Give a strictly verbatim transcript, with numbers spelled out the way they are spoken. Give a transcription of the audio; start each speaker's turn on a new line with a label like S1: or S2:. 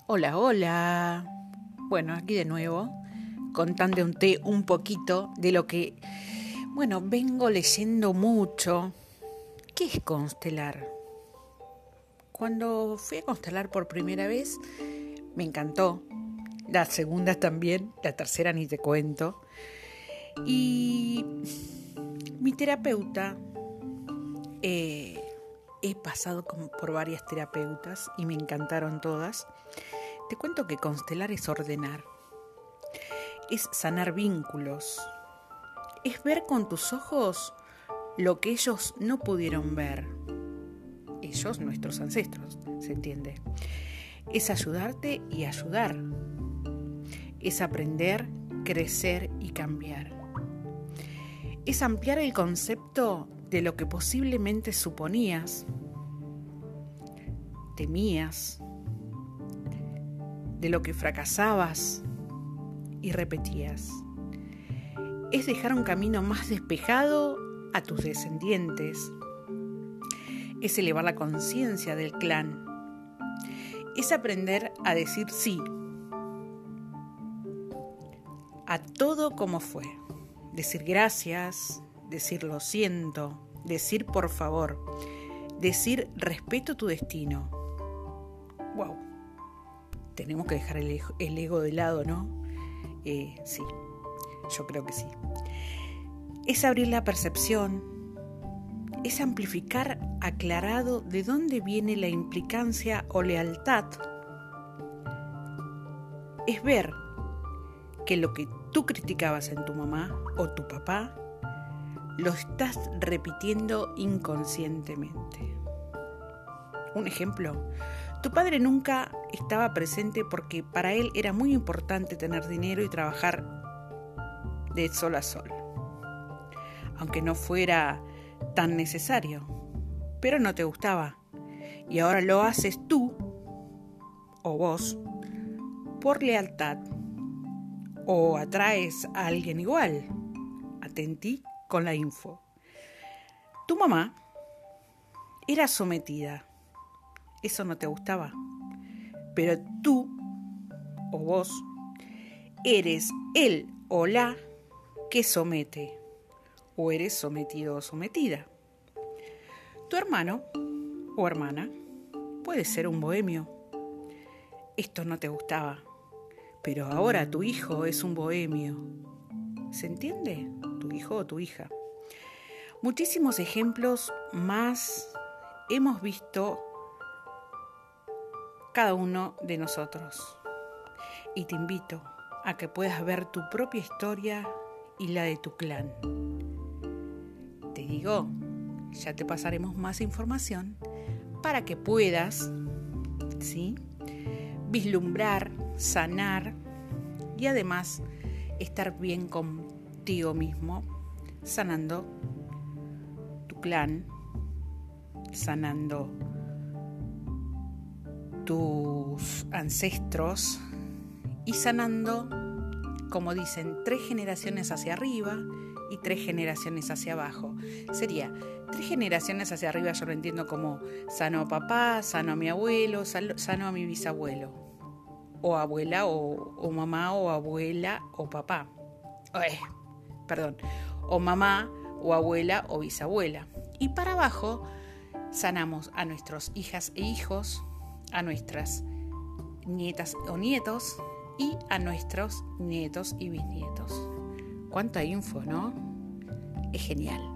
S1: Hola, hola. Bueno, aquí de nuevo, contándote un poquito de lo que, bueno, vengo leyendo mucho. ¿Qué es constelar? Cuando fui a constelar por primera vez, me encantó. La segunda también, la tercera ni te cuento. Y mi terapeuta, eh, he pasado como por varias terapeutas y me encantaron todas. Te cuento que constelar es ordenar, es sanar vínculos, es ver con tus ojos lo que ellos no pudieron ver. Ellos, nuestros ancestros, ¿se entiende? Es ayudarte y ayudar. Es aprender, crecer y cambiar. Es ampliar el concepto de lo que posiblemente suponías, temías, de lo que fracasabas y repetías. Es dejar un camino más despejado a tus descendientes. Es elevar la conciencia del clan. Es aprender a decir sí a todo como fue. Decir gracias, decir lo siento, decir por favor, decir respeto tu destino. Wow. Tenemos que dejar el ego, el ego de lado, ¿no? Eh, sí, yo creo que sí. Es abrir la percepción, es amplificar aclarado de dónde viene la implicancia o lealtad. Es ver que lo que tú criticabas en tu mamá o tu papá, lo estás repitiendo inconscientemente. Un ejemplo, tu padre nunca estaba presente porque para él era muy importante tener dinero y trabajar de sol a sol, aunque no fuera tan necesario, pero no te gustaba y ahora lo haces tú o vos por lealtad o atraes a alguien igual. Atentí con la info. Tu mamá era sometida. Eso no te gustaba. Pero tú o vos eres el o la que somete. O eres sometido o sometida. Tu hermano o hermana puede ser un bohemio. Esto no te gustaba. Pero ahora tu hijo es un bohemio. ¿Se entiende? Tu hijo o tu hija. Muchísimos ejemplos más hemos visto cada uno de nosotros. Y te invito a que puedas ver tu propia historia y la de tu clan. Te digo, ya te pasaremos más información para que puedas, ¿sí?, vislumbrar, sanar y además estar bien contigo mismo, sanando tu clan, sanando tus ancestros y sanando, como dicen, tres generaciones hacia arriba y tres generaciones hacia abajo. Sería tres generaciones hacia arriba, yo lo entiendo como sano a papá, sano a mi abuelo, sano a mi bisabuelo, o abuela, o, o mamá, o abuela, o papá. Ay, perdón, o mamá, o abuela, o bisabuela. Y para abajo sanamos a nuestras hijas e hijos, a nuestras nietas o nietos y a nuestros nietos y bisnietos. Cuánta info, ¿no? Es genial.